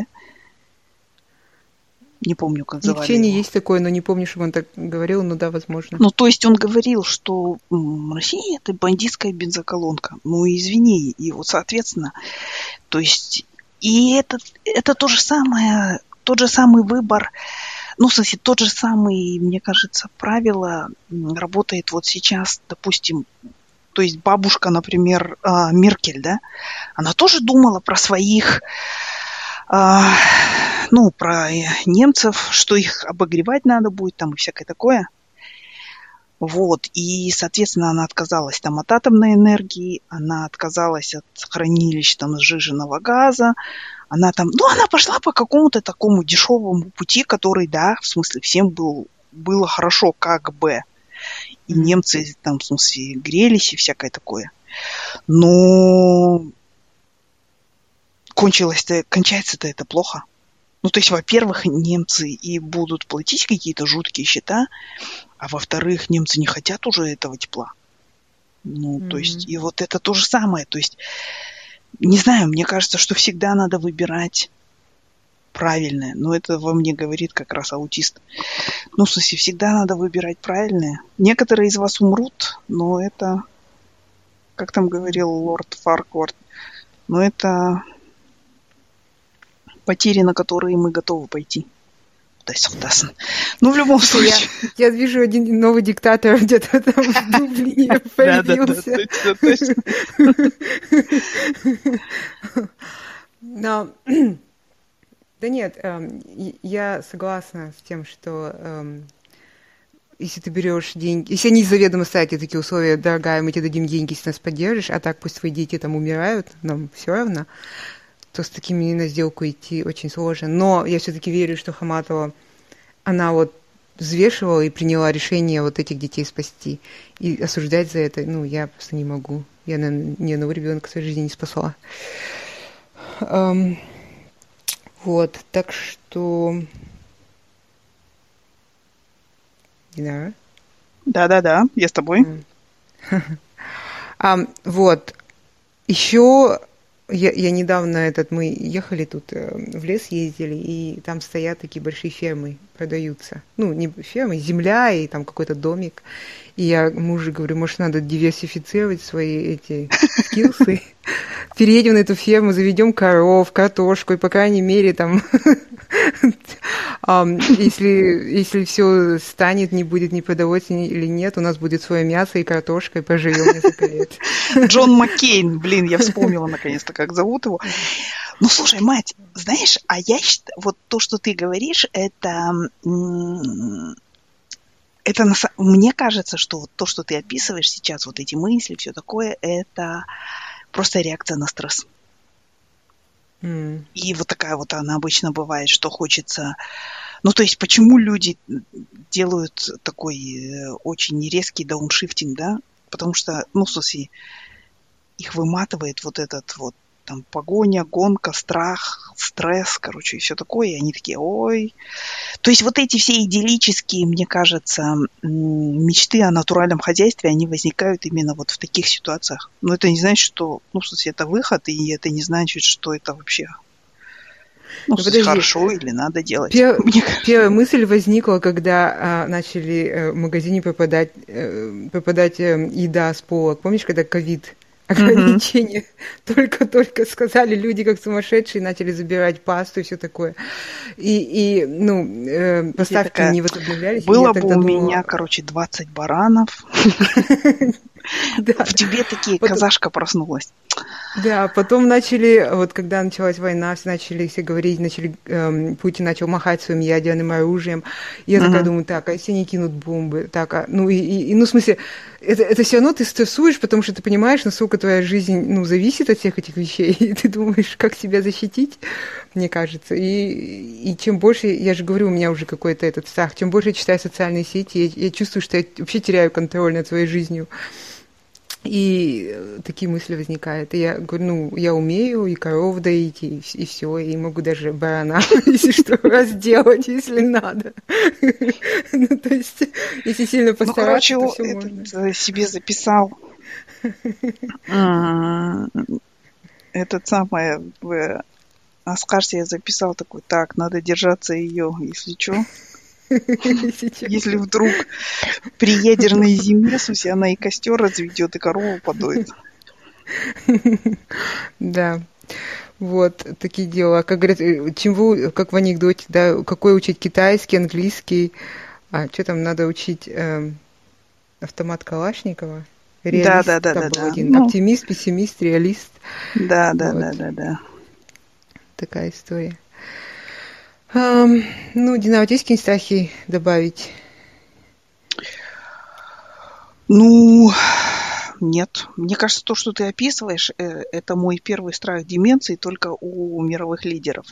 Не помню, как звали Ник Чейни его. есть такое, но не помню, чтобы он так говорил, но да, возможно. Ну, то есть он говорил, что м, Россия – это бандитская бензоколонка. Ну, извини. И вот, соответственно, то есть и это, это то же самое, тот же самый выбор, ну, в смысле, тот же самый, мне кажется, правило работает вот сейчас, допустим, то есть бабушка, например, Меркель, да, она тоже думала про своих, ну, про немцев, что их обогревать надо будет, там, и всякое такое. Вот, и, соответственно, она отказалась там от атомной энергии, она отказалась от хранилищ там сжиженного газа, она там, ну, она пошла по какому-то такому дешевому пути, который, да, в смысле, всем был, было хорошо, как бы. И mm-hmm. немцы там, в смысле, грелись и всякое такое. Но кончилось-то, кончается-то это плохо. Ну, то есть, во-первых, немцы и будут платить какие-то жуткие счета, а во-вторых, немцы не хотят уже этого тепла. Ну, mm-hmm. то есть, и вот это то же самое. То есть, не знаю, мне кажется, что всегда надо выбирать правильное. Но это во мне говорит как раз аутист. Ну, в смысле, всегда надо выбирать правильное. Некоторые из вас умрут, но это, как там говорил лорд Фарквард, но это потери, на которые мы готовы пойти. Ну, в любом случае. Я, я вижу, один новый диктатор где-то там в Дублине появился. Да, да, да, Но, да нет, я согласна с тем, что если ты берешь деньги, если они заведомо ставят тебе такие условия, дорогая, мы тебе дадим деньги, если нас поддержишь, а так пусть твои дети там умирают, нам все равно, то с такими на сделку идти очень сложно. Но я все-таки верю, что Хаматова, она вот взвешивала и приняла решение вот этих детей спасти. И осуждать за это, ну, я просто не могу. Я, наверное, ни одного ребенка в своей жизни не спасла. Um, вот, так что... Да. Да-да-да, я с тобой. um, вот. Еще... Я, я недавно этот, мы ехали тут, в лес ездили, и там стоят такие большие фермы, продаются. Ну, не фермы, земля и там какой-то домик. И я мужу говорю, может, надо диверсифицировать свои эти скиллсы. Переедем на эту ферму, заведем коров, картошку, и, по крайней мере, там, если, если все станет, не будет ни продовольствия или нет, у нас будет свое мясо и картошка, и поживем несколько лет. Джон Маккейн, блин, я вспомнила наконец-то, как зовут его. Ну, слушай, мать, знаешь, а я считаю, вот то, что ты говоришь, это... Это мне кажется, что вот то, что ты описываешь сейчас, вот эти мысли, все такое, это просто реакция на стресс. Mm. И вот такая вот она обычно бывает, что хочется... Ну, то есть, почему люди делают такой очень резкий дауншифтинг, да? Потому что, ну, в смысле, их выматывает вот этот вот там погоня, гонка, страх, стресс, короче, и все такое, и они такие, ой. То есть вот эти все идиллические, мне кажется, мечты о натуральном хозяйстве, они возникают именно вот в таких ситуациях. Но это не значит, что, ну, в смысле, это выход, и это не значит, что это вообще, ну, в смысле, хорошо или надо делать. Пер... Первая мысль возникла, когда а, начали а, в магазине пропадать, а, пропадать а, еда с полок. Помнишь, когда ковид? Ограничения. Mm-hmm. Только-только сказали, люди как сумасшедшие начали забирать пасту и все такое. И, и ну, э, поставки такая, не возобновлялись. Было бы у думала... меня, короче, двадцать баранов. Да, В тебе таки потом, казашка проснулась. да, потом начали, вот когда началась война, все начали все говорить, начали, эм, Путин начал махать своим ядерным оружием. И я такая Мгм. думаю, так, а если они кинут бомбы? Так, а, ну, и, и- и, ну, в смысле, это, это все равно ты стрессуешь, потому что ты понимаешь, насколько твоя жизнь, ну, зависит от всех этих вещей, и ты думаешь, как себя защитить, мне кажется. И, и чем больше, я же говорю, у меня уже какой-то этот страх, чем больше я читаю социальные сети, я, я чувствую, что я вообще теряю контроль над своей жизнью. И э, такие мысли возникают. И я говорю, ну, я умею и коров доить, и, вс- и все, и могу даже барана, если что, разделать, если надо. Ну, то есть, если сильно Ну, короче, постараться, то о, все этот можно. э, себе записал м, этот самый в Оскар себе записал такой, так, надо держаться ее, если что. Сейчас. Если вдруг при ядерной зиме, Суси, она и костер разведет, и корову подоит. Да, вот такие дела. Как говорят, э, чему, как в анекдоте, да, какой учить китайский, английский, а что там надо учить, эм, автомат Калашникова? Да, Реалист да, да, там да, был да. один. Ну, Оптимист, пессимист, реалист. да, да, Вот да, да, да. такая история. Ам, ну, Дина, вот есть какие-нибудь страхи добавить? Ну, нет. Мне кажется, то, что ты описываешь, э, это мой первый страх деменции только у мировых лидеров.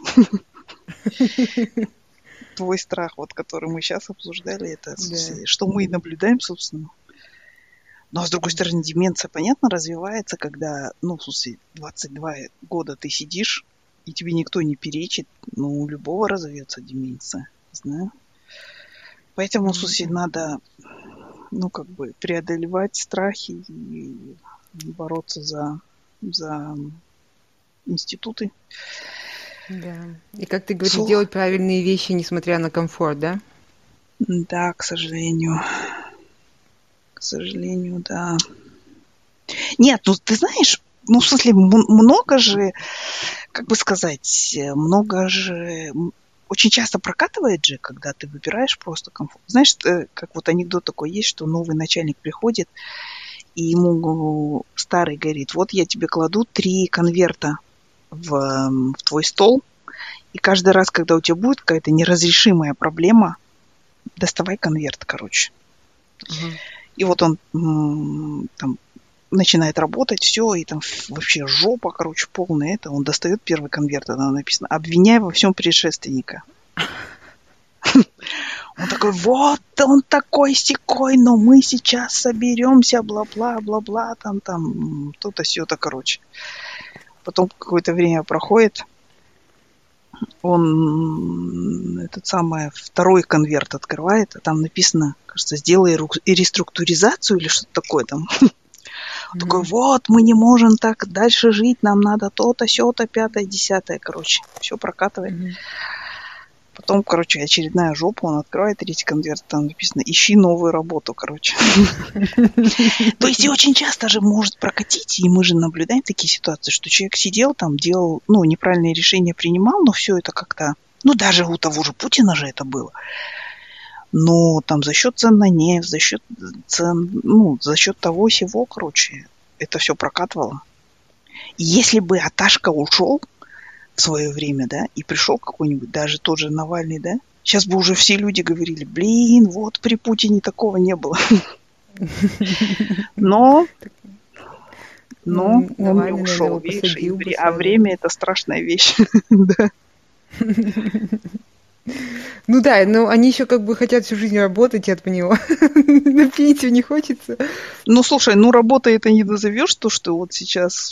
Твой страх, вот, который мы сейчас обсуждали, это Да. с- что мы и наблюдаем, собственно. Ну, а с другой стороны, деменция, понятно, развивается, когда, ну, в смысле, двадцать два года ты сидишь, и тебе никто не перечит, ну, у любого разовьется деменция, знаю. Поэтому, в М, смысле, надо, ну, как бы преодолевать страхи и бороться за, за институты. Да. И как ты говоришь, Слу- делать правильные вещи, несмотря на комфорт, да? Да, к сожалению. К сожалению, да. Нет, ну, ты знаешь, ну, в смысле, м- много же, как бы сказать, э, много же м, очень часто прокатывает же, когда ты выбираешь просто комфорт. Знаешь, э, как вот анекдот такой есть, что новый начальник приходит, и ему старый говорит, вот я тебе кладу три конверта в, м, в твой стол, и каждый раз, когда у тебя будет какая-то неразрешимая проблема, доставай конверт, короче. Ага. И вот он м, там начинает работать, все, и там вообще жопа, короче, полная это. Он достает первый конверт, там написано «Обвиняй во всем предшественника». Он такой, вот он такой секой, но мы сейчас соберемся, бла-бла, бла-бла, там, там, то-то, сё-то, короче. Потом какое-то время проходит, он этот самый второй конверт открывает, а там написано, кажется, сделай реструктуризацию или что-то такое там. Он такой, Мгм. вот, мы не можем так дальше жить, нам надо то-то, сё-то, пятое, десятое, короче. Все прокатывает. Мгм. Потом, короче, очередная жопа, он открывает третий конверт, там написано, ищи новую работу, короче. То есть и очень часто же может прокатить, и мы же наблюдаем такие ситуации, что человек сидел там, делал, ну, неправильные решения принимал, но все это как-то, ну, даже у того же Путина же это было. Но там за счет цен на нефть, за счет цен, ну, за счет того всего, короче, это все прокатывало. И если бы Аташка ушел в свое время, да, и пришел какой-нибудь, даже тот же Навальный, да, сейчас бы уже все люди говорили, блин, вот при Путине такого не было. Но, но Ну, он не Навальный, наверное, ушел, его видишь, и посадил бы вре- а сразу. время это страшная вещь. Да. Ну да, но они еще как бы хотят всю жизнь работать, я поняла. На пенсию не хочется. Ну, слушай, ну работа это не назовешь, то, что вот сейчас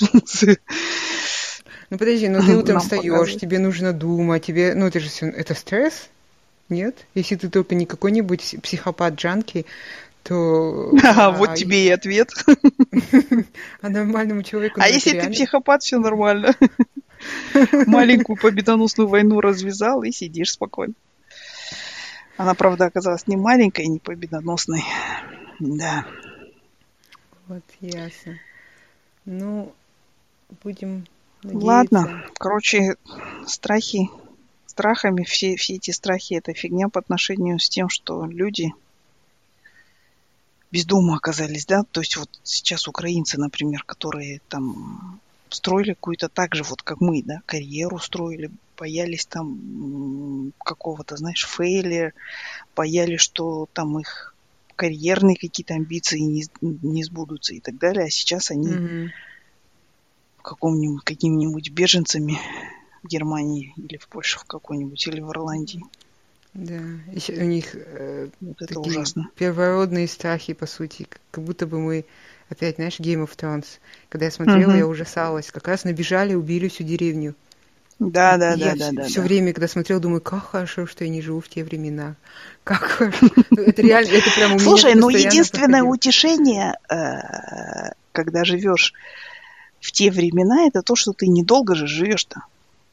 Ну подожди, ну ты утром нам встаешь, показывают. тебе нужно думать, тебе, ну это же всё- это стресс, нет? Если ты только не какой-нибудь пси- психопат-джанки, то А вот а, и- тебе и ответ. а нормальному человеку, А ну это если ты реально. психопат, все нормально. Маленькую победоносную войну развязал и сидишь спокойно. Она, правда, оказалась не маленькой и не победоносной. Да. Вот, ясно. Ну, будем Ладно. надеяться. Короче, страхи, страхами, все, все эти страхи, это фигня по отношению с тем, что люди, без дома оказались, да, то есть вот сейчас украинцы, например, которые там строили какую-то так же, вот как мы, да, карьеру строили, боялись там какого-то, знаешь, фейлера, боялись, что там их карьерные какие-то амбиции не, не сбудутся и так далее, а сейчас они mm-hmm. каком-нибудь, какими-нибудь беженцами в Германии или в Польше в какой-нибудь, или в Ирландии. Да, еще у них э, вот это такие ужасно. Первородные страхи, по сути, как будто бы мы опять, знаешь, Game of Thrones. Когда я смотрела, uh-huh. я ужасалась. Как раз набежали, убили всю деревню. Да, да, и да, я да, все, да. все да. время, когда смотрела, думаю, как хорошо, что я не живу в те времена. Как хорошо. Это реально, это прям у меня. Слушай, ну единственное утешение, когда живешь в те времена, это то, что ты недолго же живешь-то.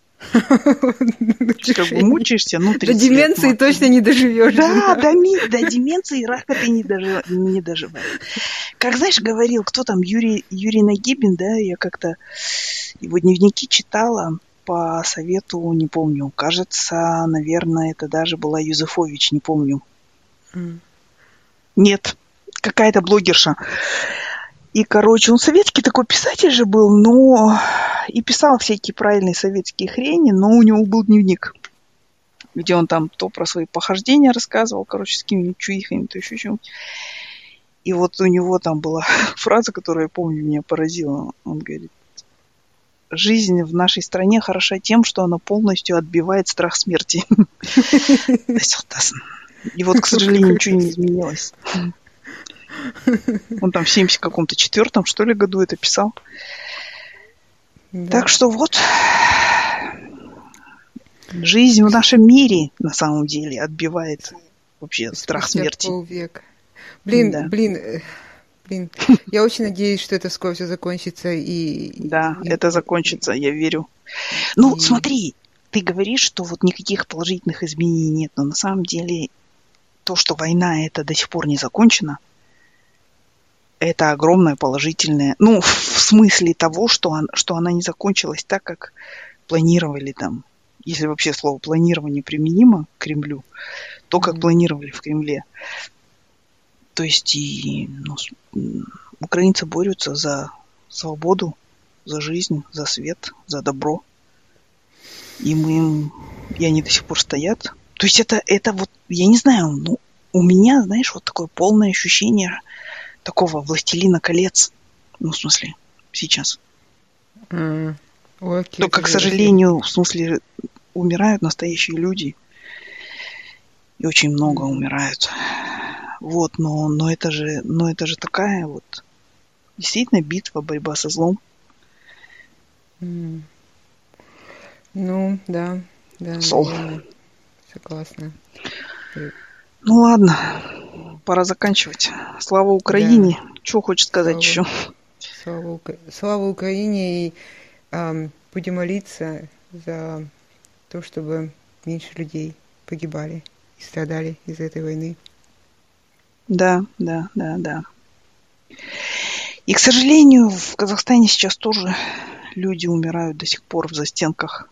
Как бы мучаешься, ну, до деменции лет, точно не доживешь. Да, до, ми- до деменции и рака ты не, дожив... не доживаешь. Как, знаешь, говорил, кто там, Юрий, Юрий Нагибин, да, я как-то его дневники читала по совету, не помню, кажется, наверное, это даже была Юзефович, не помню. Mm. Нет, какая-то блогерша. И, короче, он советский такой писатель же был, но и писал всякие правильные советские хрени, но у него был дневник, где он там то про свои похождения рассказывал, короче, с какими-нибудь чуихами, то еще чем-нибудь. И вот у него там была фраза, которую я помню, меня поразила. Он говорит, жизнь в нашей стране хороша тем, что она полностью отбивает страх смерти. И вот, к сожалению, ничего не изменилось. Он там в семьдесят каком-то четвертом, что ли, году это писал. Да. Так что вот, жизнь в нашем мире на самом деле отбивает вообще страх смерти. Полвека. Блин, да. блин, блин, я очень надеюсь, что это скоро все закончится. И, да, и, это закончится, я верю. Ну, и... смотри, ты говоришь, что вот никаких положительных изменений нет, но на самом деле то, что война это до сих пор не закончена, это огромное положительное, ну, в смысле того, что, он, что она не закончилась так, как планировали там, если вообще слово планирование применимо к Кремлю, то, как mm-hmm. планировали в Кремле. То есть и ну, украинцы борются за свободу, за жизнь, за свет, за добро. И мы им, и они до сих пор стоят. То есть это, это вот, я не знаю, ну, у меня, знаешь, вот такое полное ощущение такого «Властелина колец». Ну, в смысле, сейчас. Mm. Okay, Только, к сожалению, в смысле, умирают настоящие люди. И очень много mm. умирают. Вот, но, но, это же, но это же такая вот действительно битва, борьба со злом. Mm. Ну, да, да, Сол. наверное, согласна. Ну ладно, пора заканчивать. Слава Украине. Да. Что хочешь сказать слава, еще? Слава, слава Украине, и э, будем молиться за то, чтобы меньше людей погибали и страдали из этой войны. Да, да, да, да. И, к сожалению, в Казахстане сейчас тоже люди умирают до сих пор в застенках.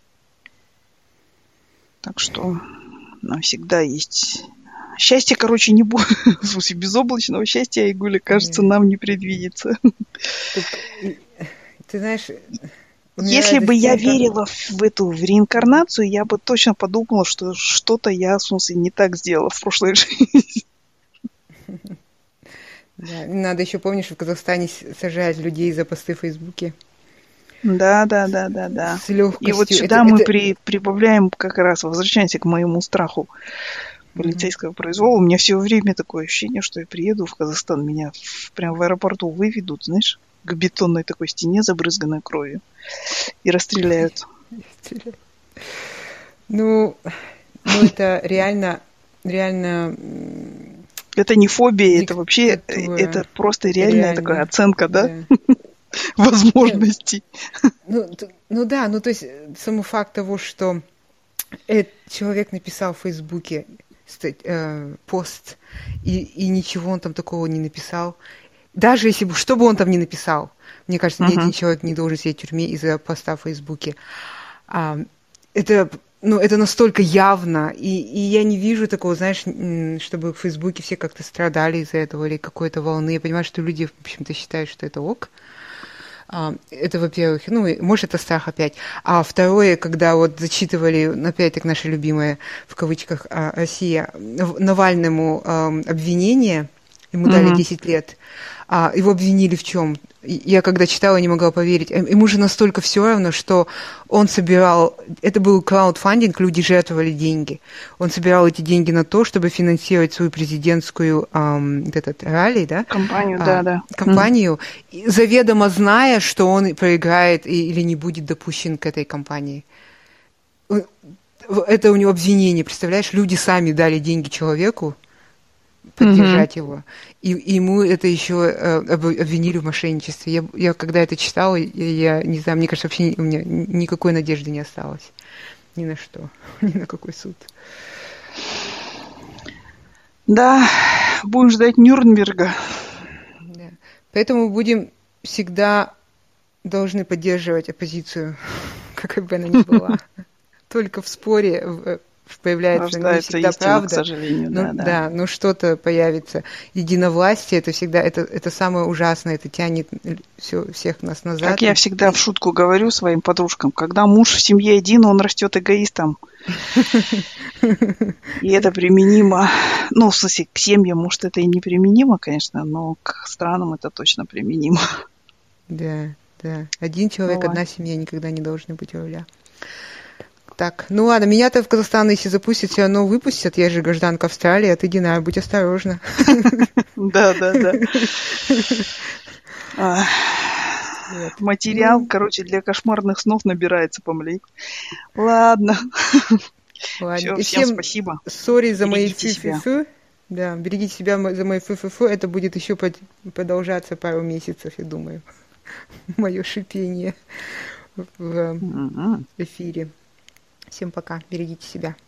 Так что нам всегда есть... Счастье, короче, не будет. В смысле, безоблачного счастья, Айгуля, кажется, Нет. нам не предвидится. Так, ты знаешь... Если бы я верила в, в эту в реинкарнацию, я бы точно подумала, что что-то я, в смысле, не так сделала в прошлой жизни. Да, надо еще помнить, что в Казахстане сажают людей за посты в Фейсбуке. Да, да, да, да, да. С легкостью. И вот сюда это, мы это... При, прибавляем как раз, возвращаемся к моему страху полицейского mm-hmm. произвола. У меня все время такое ощущение, что я приеду в Казахстан, меня в, прямо в аэропорту выведут, знаешь, к бетонной такой стене, забрызганной кровью, и расстреляют. Ну, ну это реально, реально... Это не фобия, это вообще, это просто реальная такая оценка, да? Возможностей. Ну, ну да, ну то есть самый факт того, что этот человек написал в Фейсбуке э, пост, и, и ничего он там такого не написал. Даже если бы, что бы он там ни написал, мне кажется, uh-huh. ни один человек не должен сидеть в тюрьме из-за поста в Фейсбуке. А, это, ну, это настолько явно, и, и я не вижу такого, знаешь, чтобы в Фейсбуке все как-то страдали из-за этого или какой-то волны. Я понимаю, что люди, в общем-то, считают, что это ок. Это, во-первых, ну, может, это страх опять. А второе, когда вот зачитывали, опять-таки, наша любимая, в кавычках, Россия, Навальному обвинение, ему дали Мгм. десять лет, его обвинили в чем? Я когда читала, не могла поверить. Ему же настолько все равно, что он собирал... Это был краудфандинг, люди жертвовали деньги. Он собирал эти деньги на то, чтобы финансировать свою президентскую эм, вот этот ралли, да? Компанию, а, да, да. компанию, и заведомо зная, что он проиграет и, или не будет допущен к этой компании. Это у него обвинение, представляешь? Люди сами дали деньги человеку, поддержать Мгм. его. И, и ему это еще э, обвинили в мошенничестве. Я, я когда это читала, я, я не знаю, мне кажется, вообще у меня никакой надежды не осталось. Ни на что. Ни на какой суд. Да, будем ждать Нюрнберга. Да. Поэтому будем всегда должны поддерживать оппозицию, какой бы она ни была. Только в споре в- появляется не Рождается всегда истина, к правда, сожалению, но да, да. да, но что-то появится. Единовластие это всегда это, это самое ужасное, это тянет все, всех нас Как назад. я И, всегда в и- шутку говорю своим подружкам, когда муж в семье один, он растет эгоистом. И это применимо, ну, в смысле, к семьям, может, это и не применимо, конечно, но к странам это точно применимо. да, да. Один человек, Бывает. одна семья никогда не должны быть у руля. Так, ну ладно, меня-то в Казахстан, если запустят, все равно выпустят. Я же гражданка Австралии, а ты, Динара, будь осторожна. Да, да, да. А, Вот. Материал, Ну, короче, для кошмарных снов набирается, помлей. Ладно. ладно. Все, И всем всем спасибо. сори за мои Берегите себя. фу-фу-фу. Да, берегите себя мо- за мои фу-фу-фу. Это будет еще под- продолжаться пару месяцев, я думаю. Мое шипение в Мгм. эфире. Всем пока. Берегите себя.